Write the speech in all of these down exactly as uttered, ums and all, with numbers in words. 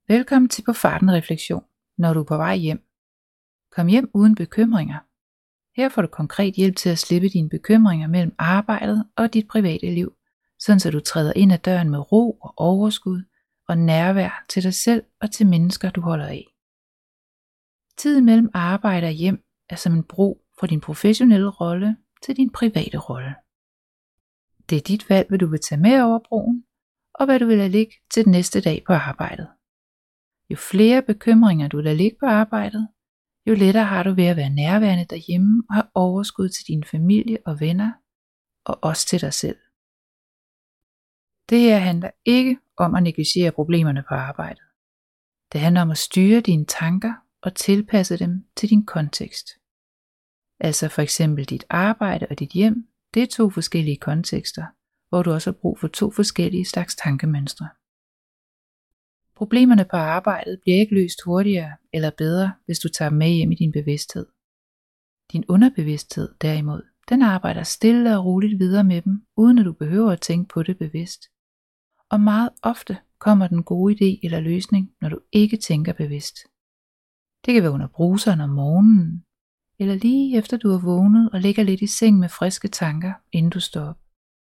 Velkommen til På Farten Refleksion, når du er på vej hjem. Kom hjem uden bekymringer. Her får du konkret hjælp til at slippe dine bekymringer mellem arbejdet og dit private liv, sådan så du træder ind ad døren med ro og overskud og nærvær til dig selv og til mennesker, du holder af. Tiden mellem arbejde og hjem er som en bro fra din professionelle rolle til din private rolle. Det er dit valg, hvad du vil tage med over broen, og hvad du vil lade ligge til den næste dag på arbejdet. Jo flere bekymringer du lader ligge på arbejdet, jo lettere har du ved at være nærværende derhjemme og have overskud til din familie og venner, og også til dig selv. Det her handler ikke om at negligere problemerne på arbejdet. Det handler om at styre dine tanker og tilpasse dem til din kontekst. Altså for eksempel dit arbejde og dit hjem, det er to forskellige kontekster, hvor du også har brug for to forskellige slags tankemønstre. Problemerne på arbejdet bliver ikke løst hurtigere eller bedre, hvis du tager dem med hjem i din bevidsthed. Din underbevidsthed derimod, den arbejder stille og roligt videre med dem, uden at du behøver at tænke på det bevidst. Og meget ofte kommer den gode idé eller løsning, når du ikke tænker bevidst. Det kan være under bruseren om morgenen, eller lige efter du er vågnet og ligger lidt i seng med friske tanker, inden du står op.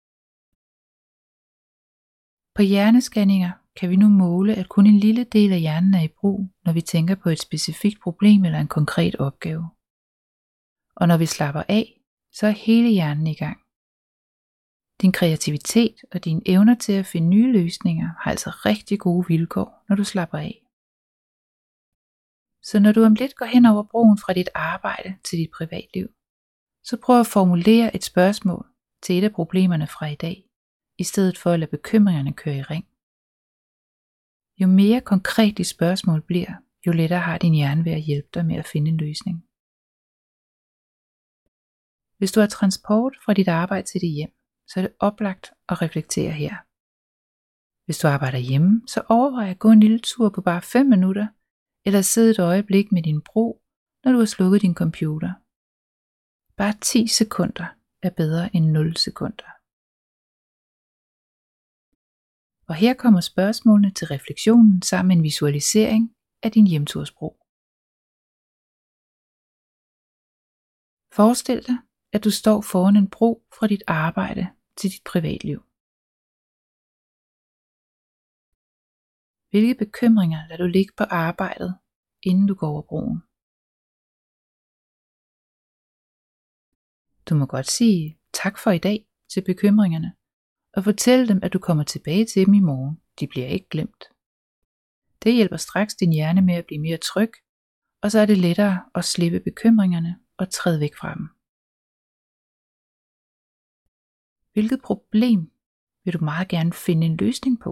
På hjernescanninger kan vi nu måle, at kun en lille del af hjernen er i brug, når vi tænker på et specifikt problem eller en konkret opgave. Og når vi slapper af, så er hele hjernen i gang. Din kreativitet og dine evner til at finde nye løsninger har altså rigtig gode vilkår, når du slapper af. Så når du om lidt går hen over broen fra dit arbejde til dit privatliv, så prøv at formulere et spørgsmål til et af problemerne fra i dag, i stedet for at lade bekymringerne køre i ring. Jo mere konkret dit spørgsmål bliver, jo lettere har din hjerne ved at hjælpe dig med at finde en løsning. Hvis du har transport fra dit arbejde til dit hjem, så er det oplagt at reflektere her. Hvis du arbejder hjemme, så overvej at gå en lille tur på bare fem minutter, eller sidde et øjeblik med din bro, når du har slukket din computer. Bare ti sekunder er bedre end nul sekunder. Og her kommer spørgsmålene til refleksionen sammen med en visualisering af din hjemtursbro. Forestil dig, at du står foran en bro fra dit arbejde til dit privatliv. Hvilke bekymringer lader du ligge på arbejdet, inden du går over broen? Du må godt sige tak for i dag til bekymringerne, og fortælle dem, at du kommer tilbage til dem i morgen. De bliver ikke glemt. Det hjælper straks din hjerne med at blive mere tryg, og så er det lettere at slippe bekymringerne og træde væk fra dem. Hvilket problem vil du meget gerne finde en løsning på?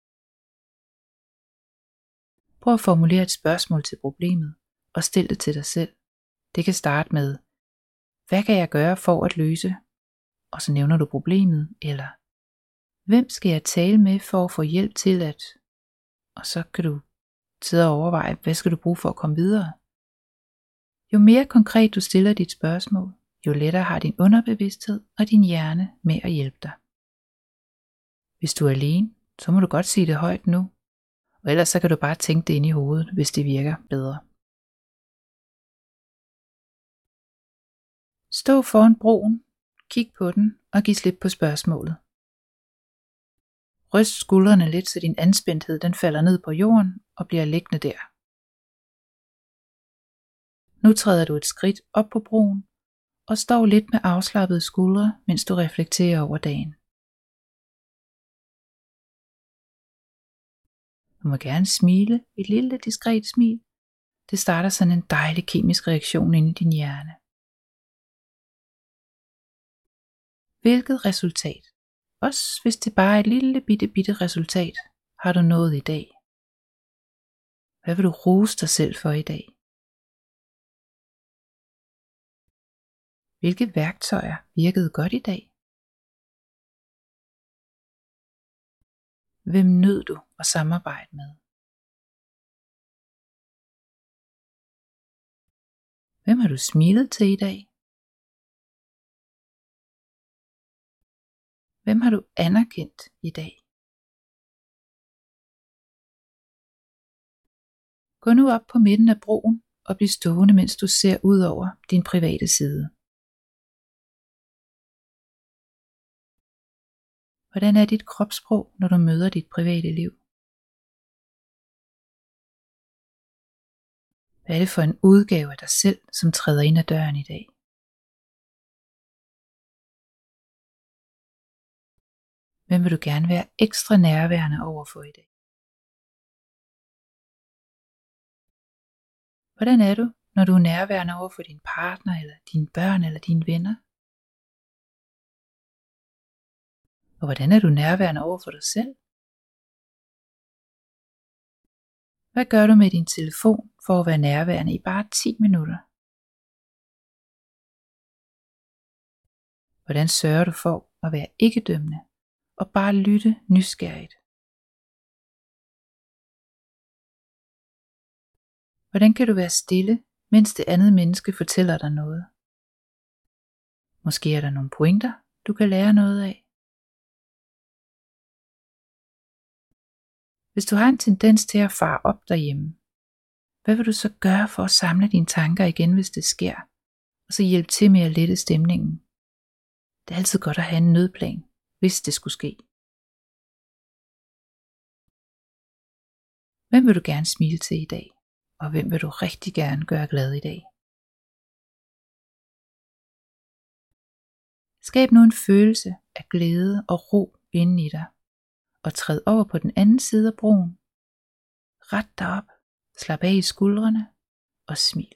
Prøv at formulere et spørgsmål til problemet, og stil det til dig selv. Det kan starte med, hvad kan jeg gøre for at løse? Og så nævner du problemet, eller hvem skal jeg tale med for at få hjælp til at? Og så kan du sidde og overveje, hvad skal du bruge for at komme videre? Jo mere konkret du stiller dit spørgsmål, jo lettere har din underbevidsthed og din hjerne med at hjælpe dig. Hvis du er alene, så må du godt sige det højt nu, og ellers så kan du bare tænke det ind i hovedet, hvis det virker bedre. Stå foran broen, kig på den og giv slip på spørgsmålet. Ryst skuldrene lidt, så din anspændthed den falder ned på jorden og bliver liggende der. Nu træder du et skridt op på broen og står lidt med afslappede skuldre, mens du reflekterer over dagen. Du må gerne smile, et lille diskret smil. Det starter sådan en dejlig kemisk reaktion inde i din hjerne. Hvilket resultat, også hvis det bare er et lille bitte bitte resultat, har du nået i dag? Hvad vil du rose dig selv for i dag? Hvilke værktøjer virkede godt i dag? Hvem nød du at samarbejde med? Hvem har du smilet til i dag? Hvem har du anerkendt i dag? Gå nu op på midten af broen og bliv stående, mens du ser ud over din private side. Hvordan er dit kropssprog, når du møder dit private liv? Hvad er det for en udgave af dig selv, som træder ind ad døren i dag? Hvem vil du gerne være ekstra nærværende overfor i dag? Hvordan er du, når du er nærværende over for din partner, eller dine børn, eller dine venner? Og hvordan er du nærværende over for dig selv? Hvad gør du med din telefon for at være nærværende i bare ti minutter? Hvordan sørger du for at være ikke-dømmende og bare lytte nysgerrigt? Hvordan kan du være stille, mens det andet menneske fortæller dig noget? Måske er der nogle pointer, du kan lære noget af. Hvis du har en tendens til at fare op derhjemme, hvad vil du så gøre for at samle dine tanker igen, hvis det sker, og så hjælpe til med at lette stemningen? Det er altid godt at have en nødplan, hvis det skulle ske. Hvem vil du gerne smile til i dag, og hvem vil du rigtig gerne gøre glad i dag? Skab nu en følelse af glæde og ro inden i dig, og træd over på den anden side af broen. Ret dig op, slap af i skuldrene og smil.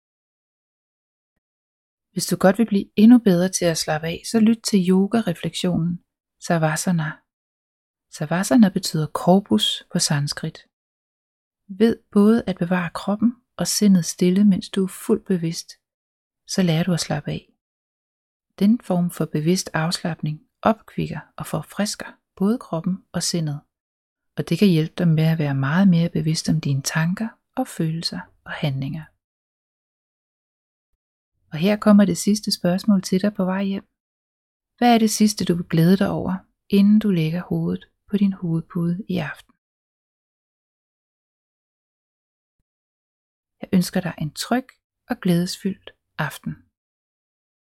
Hvis du godt vil blive endnu bedre til at slappe af, så lyt til yoga-refleksionen Savasana. Savasana betyder korpus på sanskrit. Ved både at bevare kroppen og sindet stille, mens du er fuldt bevidst, så lærer du at slappe af. Den form for bevidst afslapning opkvikker og forfrisker både kroppen og sindet, og det kan hjælpe dig med at være meget mere bevidst om dine tanker og følelser og handlinger. Og her kommer det sidste spørgsmål til dig på vej hjem. Hvad er det sidste, du vil glæde dig over, inden du lægger hovedet på din hovedpude i aften? Jeg ønsker dig en tryg og glædesfyldt aften.